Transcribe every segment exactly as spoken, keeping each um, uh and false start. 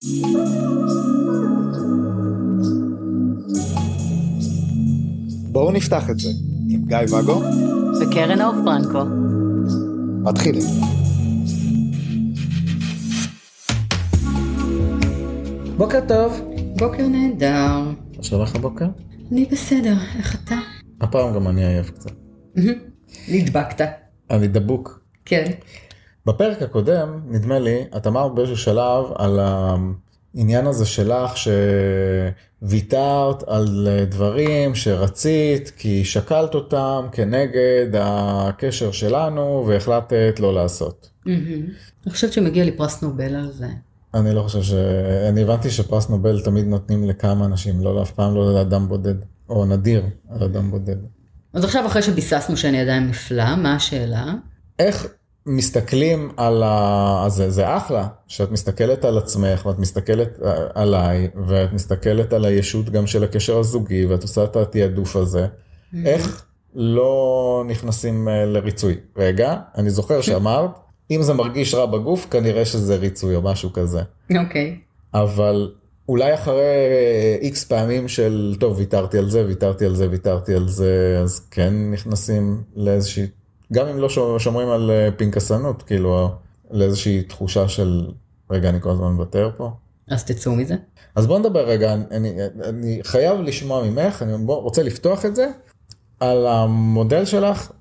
בואו נפתח את זה עם גיא וגו וקרן אור פרנקו. מתחילים. בוקר טוב. בוקר נהדר. מה שלומך הבוקר? אני בסדר, איך אתה? הפעם גם אני עייף קצת. נדבקת. אני דבוק. כן. בפרק הקודם, נדמה לי, את אמרת באיזשהו שלב על העניין הזה שלך שוויתרת על דברים שרצית, כי שקלת אותם כנגד הקשר שלנו והחלטת לא לעשות. אני חושבת שמגיע לי פרס נובל על זה. אני לא חושב ש... אני הבנתי שפרס נובל תמיד נותנים לכמה אנשים, לא אף פעם לא לאדם בודד, או נדיר על אדם בודד. אז עכשיו אחרי שביססנו שאני עדיין נפלא, מה השאלה? איך מסתכלים על ה... אז זה, זה אחלה, שאת מסתכלת על עצמך, ואת מסתכלת עליי, ואת מסתכלת על הישות גם של הקשר הזוגי, ואת עושה את התיעדוף הזה. איך לא נכנסים לריצוי? רגע, אני זוכר שאמרת, אם זה מרגיש רע בגוף, כנראה שזה ריצוי או משהו כזה. אוקיי. אבל אולי אחרי איקס פעמים של, טוב, ויתרתי על זה, ויתרתי על זה, ויתרתי על זה, אז כן נכנסים לאיזושהי, גם אם לא שומרים על פנקסנות, כאילו, לאיזושהי תחושה של, רגע, אני כל הזמן מוותר פה. אז תצאו מזה. אז בוא נדבר רגע, אני, אני חייב לשמוע ממך, אני רוצה לפתוח את זה, על המודל שלך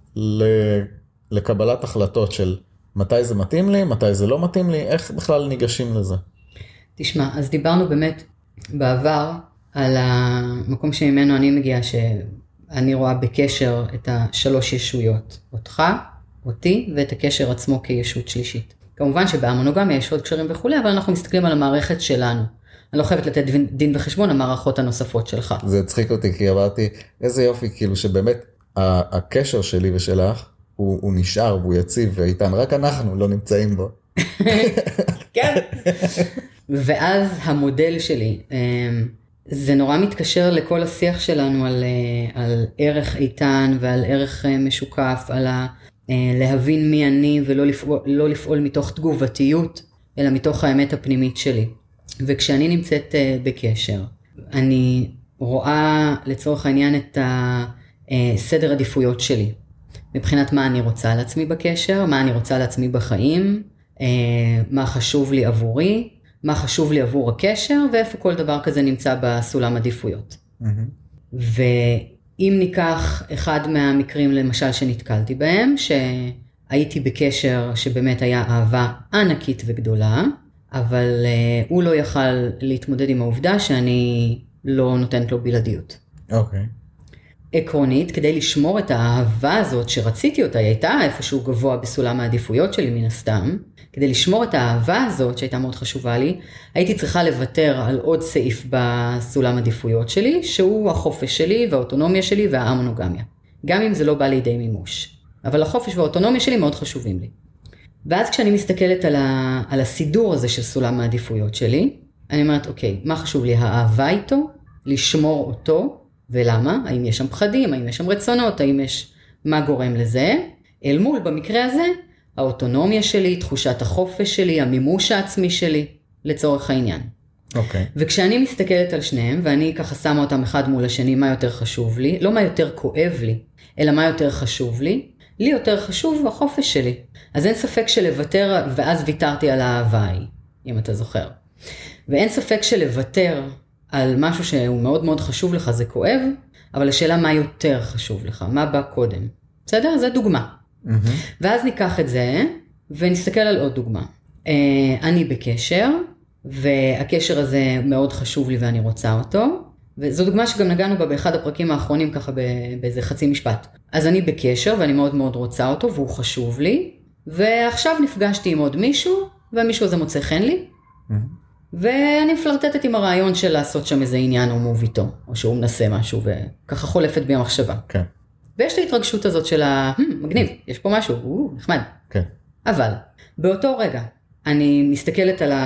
לקבלת החלטות של, מתי זה מתאים לי, מתי זה לא מתאים לי, איך בכלל ניגשים לזה? תשמע, אז דיברנו באמת בעבר על המקום שממנו אני מגיעה, שאני רואה בקשר את השלוש ישויות, אותך, אותי, ואת הקשר עצמו כישות שלישית. כמובן שבהמונוגמיה יש עוד קשרים וכו', אבל אנחנו מסתכלים על המערכת שלנו. אני לא חייבת לתת דין וחשבון המערכות הנוספות שלך. זה הצחיק אותי, כי אמרתי, איזה יופי, כאילו שבאמת הקשר שלי ושלך, הוא, הוא נשאר והוא יציב ואיתן, רק אנחנו לא נמצאים בו. כן. ואז המודל שלי, זה נורא מתקשר לכל השיח שלנו על, על ערך איתן ועל ערך משוקף, על להבין מי אני ולא לפעול, לא לפעול מתוך תגובתיות, אלא מתוך האמת הפנימית שלי. וכשאני נמצאת בקשר, אני רואה לצורך העניין את הסדר עדיפויות שלי. מבחינת מה אני רוצה על עצמי בקשר, מה אני רוצה על עצמי בחיים, מה חשוב לי עבורי, מה חשוב לי עבור הקשר, ואיפה כל דבר כזה נמצא בסולם עדיפויות. Mm-hmm. ואם ניקח אחד מהמקרים למשל שנתקלתי בהם, שהייתי בקשר שבאמת היה אהבה ענקית וגדולה, אבל הוא לא יכל להתמודד עם העובדה שאני לא נותנת לו בלעדיות. אוקיי. Okay. עקרונית, כדי לשמור את האהבה הזאת שרציתי אותה, היא הייתה איפשהו גבוה בסולם העדיפויות שלי מן הסתם, כדי לשמור את האהבה הזאת שהייתה מאוד חשובה לי, הייתי צריכה לוותר על עוד סעיף בסולם העדיפויות שלי, שהוא החופש שלי והאוטונומיה שלי וההמונוגמיה. גם אם זה לא בא לידי מימוש. אבל החופש והאוטונומיה שלי מאוד חשובים לי. ואז כשאני מסתכלת על, ה... על הסידור הזה של סולם העדיפויות שלי, אני אומרת, אוקיי, מה חשוב לי? האהבה איתו, לשמור אותו, ולמה? האם יש שם פחדים? האם יש שם רצונות? האם יש מה גורם לזה? אל מול, במקרה הזה, האוטונומיה שלי, תחושת החופש שלי, המימוש העצמי שלי, לצורך העניין. אוקיי. וכשאני מסתכלת על שניהם, ואני ככה שמה אותם אחד מול השני, מה יותר חשוב לי? לא מה יותר כואב לי, אלא מה יותר חשוב לי? לי יותר חשוב החופש שלי. אז אין ספק שלוותר, ואז ויתרתי על האהבה היא, אם אתה זוכר. ואין ספק שלוותר על משהו שהוא מאוד מאוד חשוב לך, זה כואב, אבל השאלה מה יותר חשוב לך, מה בא קודם. בסדר? זה דוגמה. Mm-hmm. ואז ניקח את זה, ונסתכל על עוד דוגמה. אני בקשר, והקשר הזה מאוד חשוב לי ואני רוצה אותו, וזו דוגמה שגם נגענו בה באחד הפרקים האחרונים, ככה באיזה חצי משפט. אז אני בקשר, ואני מאוד מאוד רוצה אותו, והוא חשוב לי, ועכשיו נפגשתי עם עוד מישהו, והמישהו הזה מוצא חן לי, mm-hmm. ואני פלרטטת עם הרעיון של לעשות שם איזה עניין או מוב איתו, או שהוא מנסה משהו, וככה חולפת בי המחשבה. כן. ויש את ההתרגשות הזאת של ה... מגניב, יש פה משהו, הוא נחמד. כן. אבל, באותו רגע, אני מסתכלת על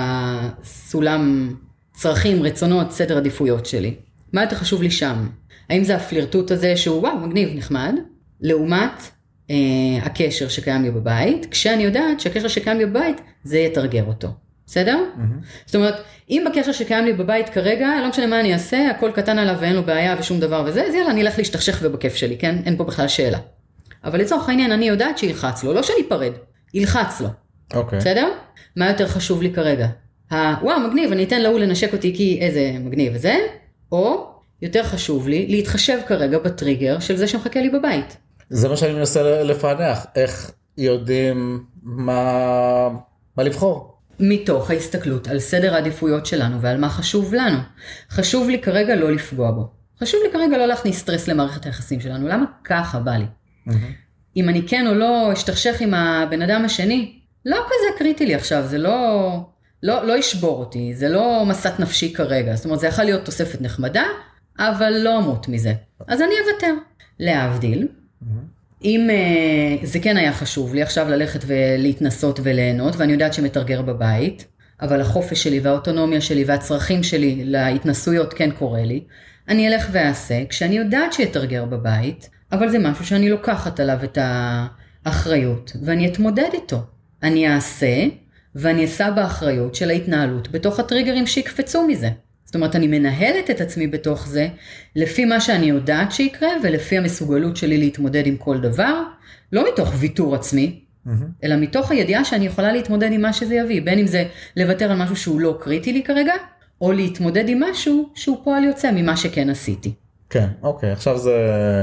הסולם צרכים, רצונות, סדר עדיפויות שלי. מה יותר חשוב לי שם? האם זה הפלירטוט הזה שהוא, וואו, מגניב, נחמד, לעומת אה, הקשר שקיים לי בבית, כשאני יודעת שהקשר שקיים לי בבית, זה יתרגר אותו. בסדר? Mm-hmm. זאת אומרת, אם בקשר שקיים לי בבית כרגע, לא משנה מה אני אעשה, הכל קטן עליו ואין לו בעיה ושום דבר וזה, אז יאללה, אני אלך להשתכשך ובכיף שלי, כן? אין פה בכלל שאלה. אבל לצורך העניין, אני יודעת שילחץ לו, לא שאני פרד, ילחץ לו. אוקיי. בסדר? מה יותר חשוב לי כרגע? וואו, מגניב, אני אתן להוא לנשק אותי כי איזה מגניב וזה, או יותר חשוב לי להתחשב כרגע בטריגר של זה שמחכה לי בבית. זה מה שאני מנסה לפענח, איך יודעים מה, מה לבחור. מתוך ההסתכלות על סדר העדיפויות שלנו ועל מה חשוב לנו. חשוב לי כרגע לא לפגוע בו. חשוב לי כרגע לא להכניס סטרס למערכת היחסים שלנו. למה ככה בא לי? Mm-hmm. אם אני כן או לא אשתכשך עם הבן אדם השני, לא כזה קריטי לי עכשיו, זה לא, לא, לא ישבור אותי, זה לא מסת נפשי כרגע. זאת אומרת, זה יכול להיות תוספת נחמדה, אבל לא אמות מזה. אז אני אוותר. להבדיל, mm-hmm. אם uh, זה כן היה חשוב לי עכשיו ללכת ולהתנסות וליהנות, ואני יודעת שמתרגר בבית, אבל החופש שלי והאוטונומיה שלי והצרכים שלי להתנסויות כן קורה לי, אני אלך ואעשה כשאני יודעת שיתרגר בבית, אבל זה משהו שאני לוקחת עליו את האחריות, ואני אתמודד איתו. אני אעשה, ואני אעשה באחריות של ההתנהלות בתוך הטריגרים שיקפצו מזה. זאת אומרת, אני מנהלת את עצמי בתוך זה, לפי מה שאני יודעת שיקרה, ולפי המסוגלות שלי להתמודד עם כל דבר, לא מתוך ויתור עצמי, mm-hmm. אלא מתוך הידיעה שאני יכולה להתמודד עם מה שזה יביא, בין אם זה לוותר על משהו שהוא לא קריטי לי כרגע, או להתמודד עם משהו שהוא פועל יוצא ממה שכן עשיתי. כן, אוקיי, עכשיו זה,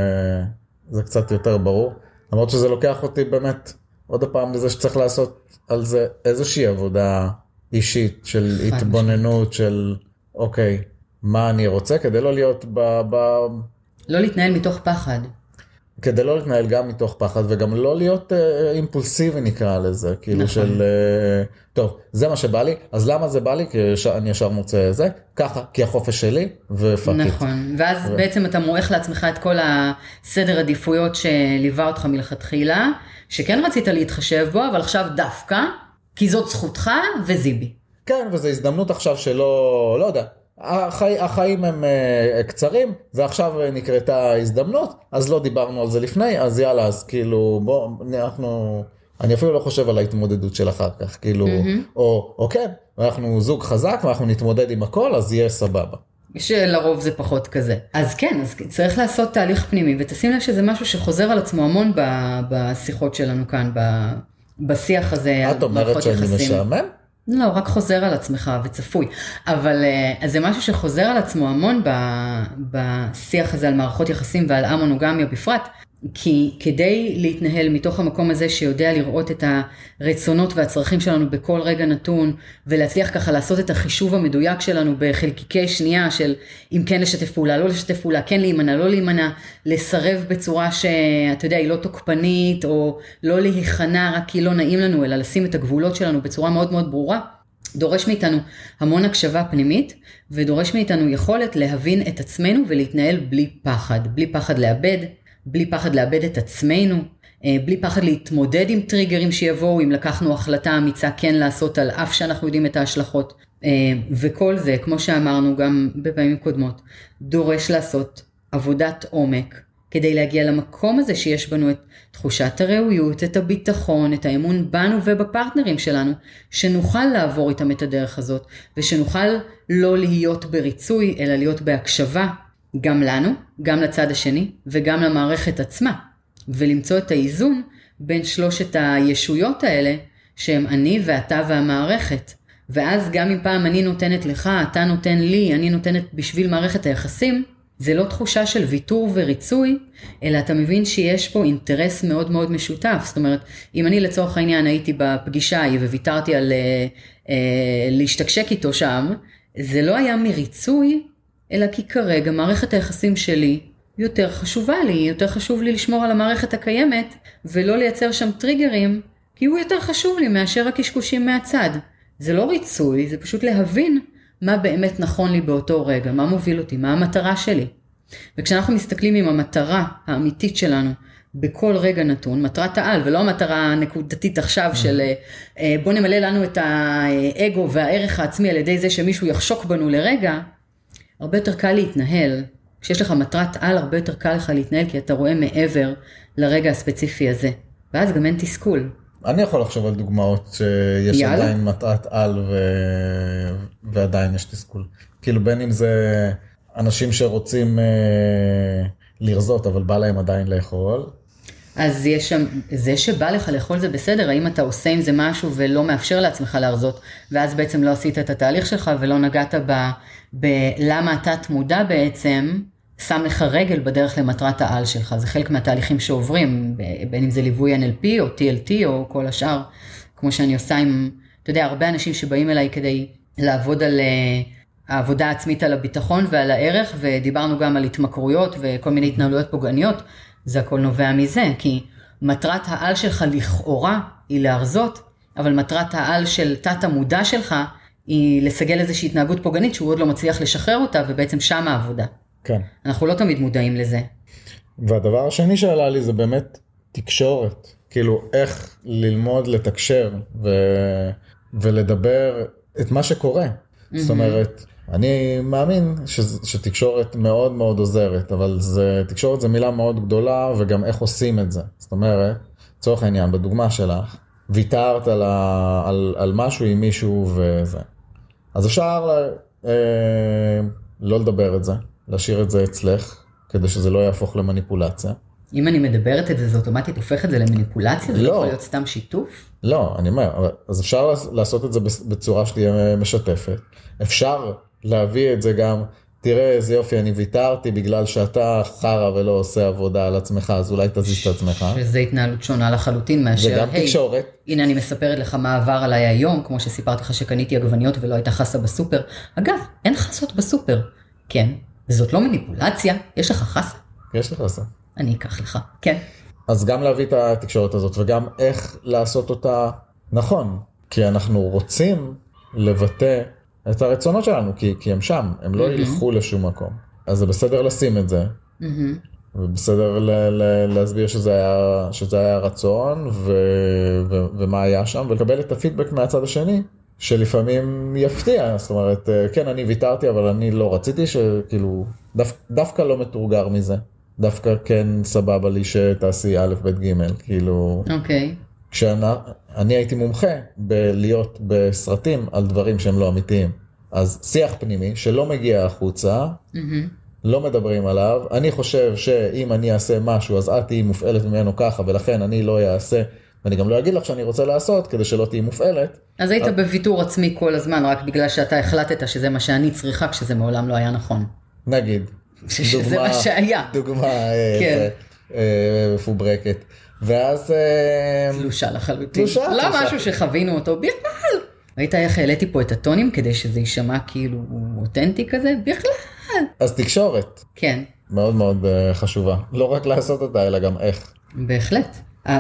זה קצת יותר ברור, למרות שזה לוקח אותי באמת עוד הפעם לזה שצריך לעשות על זה איזושהי עבודה אישית של התבוננות, של אוקיי, מה אני רוצה כדי לא להיות ב... ב... לא להתנהל מתוך פחד. כדי לא להתנהל גם מתוך פחד, וגם לא להיות אה, אימפולסיבי נקרא לזה, כאילו נכון. של, אה, טוב, זה מה שבא לי, אז למה זה בא לי? כי אני ישר מוצא זה, ככה, כי החופש שלי, ופקית. נכון, ואז ו... בעצם אתה מועך לעצמך את כל הסדר עדיפויות שליווה אותך מלכתחילה, שכן רצית להתחשב בו, אבל עכשיו דווקא, כי זאת זכותך וזיבי. כן, וזו הזדמנות עכשיו שלא, לא יודע, החי, החיים הם uh, קצרים, ועכשיו נקראתה הזדמנות, אז לא דיברנו על זה לפני, אז יאללה, אז כאילו, בוא, אנחנו, אני אפילו לא חושב על ההתמודדות של אחר כך, כאילו, mm-hmm. או, או כן, אנחנו זוג חזק, ואנחנו נתמודד עם הכל, אז יהיה סבבה. שלרוב זה פחות כזה. אז כן, אז צריך לעשות תהליך פנימי, ותשים לב שזה משהו שחוזר על עצמו המון בשיחות שלנו כאן, בשיח הזה. את אומרת שאני משעמם? לא, רק חוזר על עצמך וצפוי, אבל אז זה משהו שחוזר על עצמו המון בשיח הזה על מערכות יחסים ועל המונוגמיה בפרט, כי כדי להתנהל מתוך המקום הזה שיודע לראות את הרצונות והצרכים שלנו בכל רגע נתון, ולהצליח ככה לעשות את החישוב המדויק שלנו בחלקיקי שנייה של אם כן לשתף פעולה, לא לשתף פעולה, כן להימנע, לא להימנע, לסרב בצורה שאתה יודע, היא לא תוקפנית, או לא להיכנע רק כי לא נעים לנו, אלא לשים את הגבולות שלנו בצורה מאוד מאוד ברורה, דורש מאיתנו המון הקשבה פנימית, ודורש מאיתנו יכולת להבין את עצמנו ולהתנהל בלי פחד, בלי פחד לאבד, בלי פחד לאבד את עצמנו, בלי פחד להתמודד עם טריגרים שיבואו, אם לקחנו החלטה אמיצה כן לעשות על אף שאנחנו יודעים את ההשלכות. וכל זה, כמו שאמרנו גם בפעמים קודמות, דורש לעשות עבודת עומק, כדי להגיע למקום הזה שיש בנו את תחושת הראויות, את הביטחון, את האמון בנו ובפרטנרים שלנו, שנוכל לעבור איתם את הדרך הזאת, ושנוכל לא להיות בריצוי, אלא להיות בהקשבה, גם לנו, גם לצד השני, וגם למערכת עצמה, ולמצוא את האיזון בין שלושת הישויות האלה, שהם אני ואתה והמערכת. ואז גם אם פעם אני נותנת לך, אתה נותן לי, אני נותנת בשביל מערכת היחסים, זה לא תחושה של ויתור וריצוי, אלא אתה מבין שיש פה אינטרס מאוד מאוד משותף. זאת אומרת, אם אני לצורך העניין הייתי בפגישה ההיא וויתרתי על אה, אה, להשתקשק איתו שם, זה לא היה מריצוי, אלא כי כרגע מערכת היחסים שלי יותר חשובה לי, יותר חשוב לי לשמור על המערכת הקיימת, ולא לייצר שם טריגרים, כי הוא יותר חשוב לי מאשר הקשקושים מהצד. זה לא ריצוי, זה פשוט להבין מה באמת נכון לי באותו רגע, מה מוביל אותי, מה המטרה שלי. וכשאנחנו מסתכלים עם המטרה האמיתית שלנו, בכל רגע נתון, מטרת העל, ולא המטרה הנקודתית עכשיו של בוא נמלא לנו את האגו והערך העצמי על ידי זה שמישהו יחשוק בנו לרגע, הרבה יותר קל להתנהל. כשיש לך מטרת על, הרבה יותר קל לך להתנהל, כי אתה רואה מעבר לרגע הספציפי הזה. ואז גם אין תסכול. אני יכול לחשוב על דוגמאות שיש יאללה. עדיין מטרת על ו... ועדיין יש תסכול. כאילו בין אם זה אנשים שרוצים אה, לרזות, אבל בא להם עדיין לאכול. אז יש שם, זה שבא לך לאכול זה בסדר, האם אתה עושה עם זה משהו ולא מאפשר לעצמך להרזות, ואז בעצם לא עשית את התהליך שלך ולא נגעת ב, בלמה אתה תמודע בעצם, שם לך רגל בדרך למטרת העל שלך. זה חלק מהתהליכים שעוברים, בין אם זה ליווי אן אל פי או טי אל טי או כל השאר, כמו שאני עושה עם, אתה יודע, הרבה אנשים שבאים אליי כדי לעבוד על העבודה העצמית על הביטחון ועל הערך, ודיברנו גם על התמכרויות וכל מיני התנהלויות פוגעניות, זה הכל נובע מזה, כי מטרת העל שלך לכאורה היא להרזות, אבל מטרת העל של תת המודע שלך היא לסגל איזושהי התנהגות פוגענית שהוא עוד לא מצליח לשחרר אותה, ובעצם שם העבודה. כן. אנחנו לא תמיד מודעים לזה. והדבר השני שעלה לי זה באמת תקשורת. כאילו איך ללמוד לתקשר ו... ולדבר את מה שקורה. Mm-hmm. זאת אומרת, אני מאמין ש... שתקשורת מאוד מאוד עוזרת, אבל זה... תקשורת זה מילה מאוד גדולה, וגם איך עושים את זה. זאת אומרת, צורך העניין, בדוגמה שלך, ויתרת על, ה... על... על משהו עם מישהו וזה. אז אפשר ל... אה... לא לדבר את זה. להשאיר את זה אצלך, כדי שזה לא יהפוך למניפולציה. אם אני מדברת את זה, זה אוטומטית הופך את זה למניפולציה? זה לא יכול להיות סתם שיתוף? לא, אני אומר, אז אפשר לעשות את זה בצורה שתהיה משתפת. אפשר להביא את זה גם, תראה איזה יופי, אני ויתרתי בגלל שאתה חרה ולא עושה עבודה על עצמך, אז אולי תזיז את עצמך. שזה התנהלות שונה לחלוטין מאשר, זה גם תקשורת. הנה אני מספרת לך מה עבר עליי היום, כמו שסיפרתי לך שקניתי עגבניות ולא הייתה חסה בסופר. אגב, אין חסות בסופר. כן. וזאת לא מניפולציה, יש לך חסה? יש לך חסה. אני אקח לך, כן. אז גם להביא את התקשורת הזאת, וגם איך לעשות אותה נכון, כי אנחנו רוצים לבטא את הרצונות שלנו, כי, כי הם שם, הם לא ילכו לשום מקום. אז זה בסדר לשים את זה, ובסדר ל, ל, להסביר שזה היה, שזה היה רצון, ו, ו, ומה היה שם, ולקבל את הפידבק מהצד השני, שלפעמים יפתיע, זאת אומרת, כן, אני ויתרתי, אבל אני לא רציתי שכאילו, דו, דווקא לא מתורגר מזה. דווקא כן סבבה לי שתעשי א' ב' ג', כאילו... אוקיי. כשאני הייתי מומחה בלהיות בסרטים על דברים שהם לא אמיתיים. אז שיח פנימי שלא מגיע החוצה, mm-hmm. לא מדברים עליו. אני חושב שאם אני אעשה משהו, אז את תהיי מופעלת ממנו ככה, ולכן אני לא אעשה... ואני גם לא אגיד לך שאני רוצה לעשות, כדי שלא תהיי מופעלת. אז היית בוויתור עצמי כל הזמן, רק בגלל שאתה החלטת שזה מה שאני צריכה, כשזה מעולם לא היה נכון. נגיד. שזה מה שהיה. דוגמה מפוברקת. ואז... תלושה לחלוטין. לא משהו שחווינו אותו בכלל. ראית איך העליתי פה את הטונים, כדי שזה יישמע כאילו אותנטי כזה? בכלל. אז תקשורת. כן. מאוד מאוד חשובה. לא רק לעשות אותה, אלא גם איך. בהחלט.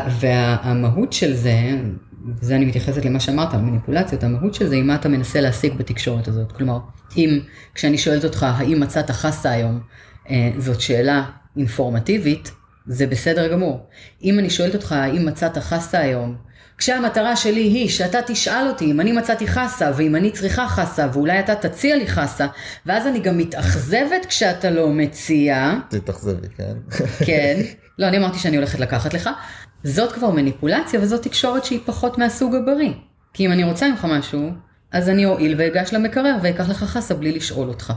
והמהות של זה, וזה אני מתייחסת למה שאמרת, המניפולציות, המהות של זה היא מה אתה מנסה להשיג בתקשורת הזאת. כלומר, אם, כשאני שואלת אותך, האם מצאת חסה היום, זאת שאלה אינפורמטיבית, זה בסדר גמור. אם אני שואלת אותך, האם מצאת חסה היום, כשהמטרה שלי היא שאתה תשאל אותי אם אני מצאתי חסה, ואם אני צריכה חסה, ואולי אתה תציע לי חסה, ואז אני גם מתאכזבת כשאתה לא מציע. תתאכזבי, כן? כן. לא, אני אמרתי שאני הולכת לקחת לך. זאת כבר מניפולציה, וזאת תקשורת שהיא פחות מהסוג הבריא. כי אם אני רוצה ממך משהו, אז אני אועיל ואגש למקרר, ואקח לך חסה בלי לשאול אותך.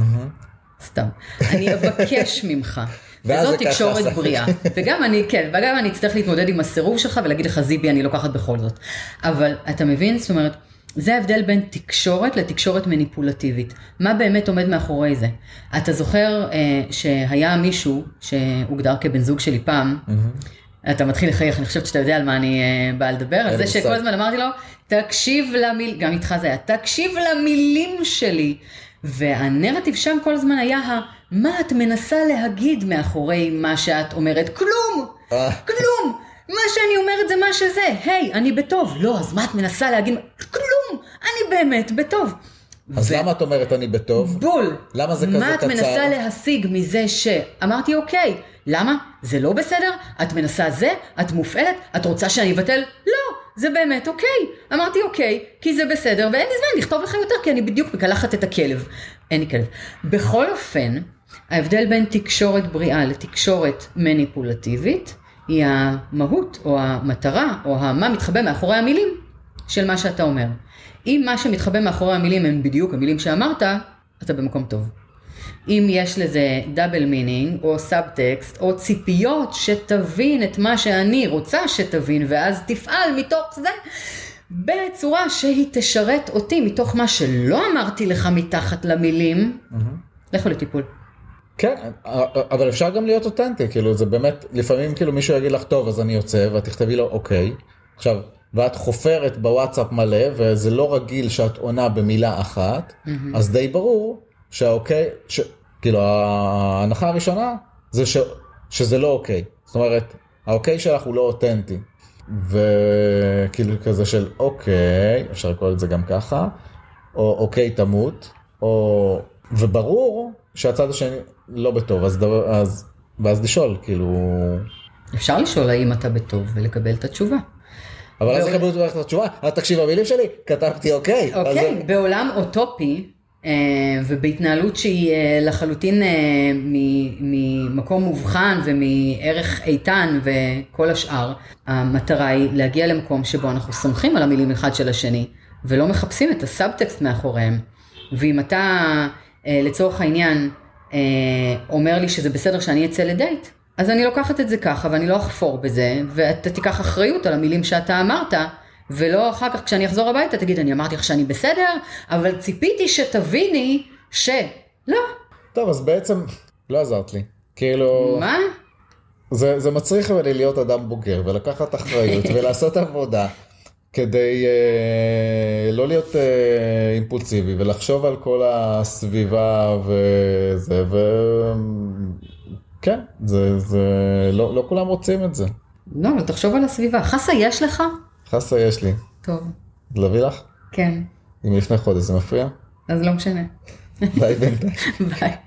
סתם. אני אבקש ממך. וזאת תקשורת בריאה. וגם אני, כן, וגם אני אצטרך להתמודד עם הסירוב שלך, ולהגיד לך, זיבי, אני לוקחת בכל זאת. אבל אתה מבין? זאת אומרת, זה ההבדל בין תקשורת לתקשורת מניפולטיבית. מה באמת עומד מאחורי זה? אתה זוכר אה, שהיה מישהו שהוגדר כבן זוג שלי פעם, mm-hmm. אתה מתחיל לחייך, אני חושבת שאתה יודע על מה אני אה, באה לדבר, על זה שכל הזמן אמרתי לו, תקשיב למיל, גם איתך זה היה, תקשיב למילים שלי, והנרטיב שם כל הזמן היה, מה את מנסה להגיד מאחורי מה שאת אומרת? כלום! כלום! מה שאני אומרת זה מה שזה, היי, אני בטוב. לא, אז מה את מנסה להגיד? כלום, אני באמת בטוב. אז ו... למה את אומרת אני בטוב? בול. למה זה כזה קצר? מה את מנסה להשיג מזה ש... אמרתי, אוקיי, למה? זה לא בסדר? את מנסה זה? את מופעלת? את רוצה שאני אבטל? לא, זה באמת אוקיי. אמרתי, אוקיי, כי זה בסדר, ואין לי זמן לכתוב לך יותר, כי אני בדיוק מקלחת את הכלב. אין לי כלב. בכל אופן, ההבדל בין תקשורת בריאה לתקשורת מניפולטיבית, היא המהות או המטרה או מה מתחבא מאחורי המילים של מה שאתה אומר. אם מה שמתחבא מאחורי המילים הם בדיוק המילים שאמרת, אתה במקום טוב. אם יש לזה דאבל מינינג או סאבטקסט או ציפיות שתבין את מה שאני רוצה שתבין ואז תפעל מתוך זה בצורה שהיא תשרת אותי מתוך מה שלא אמרתי לך מתחת למילים, לכו לטיפול. כן, אבל אפשר גם להיות אותנטי, כאילו זה באמת, לפעמים כאילו מישהו יגיד לך טוב אז אני יוצא ואת תכתבי לו אוקיי, עכשיו ואת חופרת בוואטסאפ מלא וזה לא רגיל שאת עונה במילה אחת, אז די ברור שהאוקיי, ש... כאילו ההנחה הראשונה זה ש... שזה לא אוקיי, זאת אומרת האוקיי שלך הוא לא אותנטי, וכאילו כזה של אוקיי, אפשר לקרוא את זה גם ככה, או אוקיי תמות, או... וברור שהצד השני לא בטוב, אז, דבר... אז... ואז לשאול, כאילו... אפשר לשאול האם אתה בטוב ולקבל את התשובה. אבל אז יקבלו את התשובה, אז תקשיב המילים שלי, כתבתי אוקיי. אוקיי, בעולם אוטופי, ובהתנהלות שהיא לחלוטין ממקום מובחן ומערך איתן וכל השאר, המטרה היא להגיע למקום שבו אנחנו סומכים על המילים אחד של השני, ולא מחפשים את הסאבטקסט מאחוריהם. ואם אתה לצורך העניין אומר לי שזה בסדר שאני אצא לדייט, אז אני לוקחת את זה ככה ואני לא אחפור בזה, ואתה תיקח אחריות על המילים שאתה אמרת, ולא אחר כך כשאני אחזור הביתה תגיד אני אמרתי לך שאני בסדר, אבל ציפיתי שתביני שלא. טוב, אז בעצם לא עזרת לי. כאילו... מה? זה, זה מצריך לי להיות אדם בוגר ולקחת אחריות ולעשות עבודה כדי אה, לא להיות אה, אימפולסיבי ולחשוב על כל הסביבה וזה ו... כן, זה, זה, לא, לא כולם רוצים את זה. לא, אבל תחשוב על הסביבה. חסה יש לך? חסה יש לי. טוב. להביא לך? כן. אם לפני חודש זה מפריע? אז לא משנה. ביי בינתיים. ביי.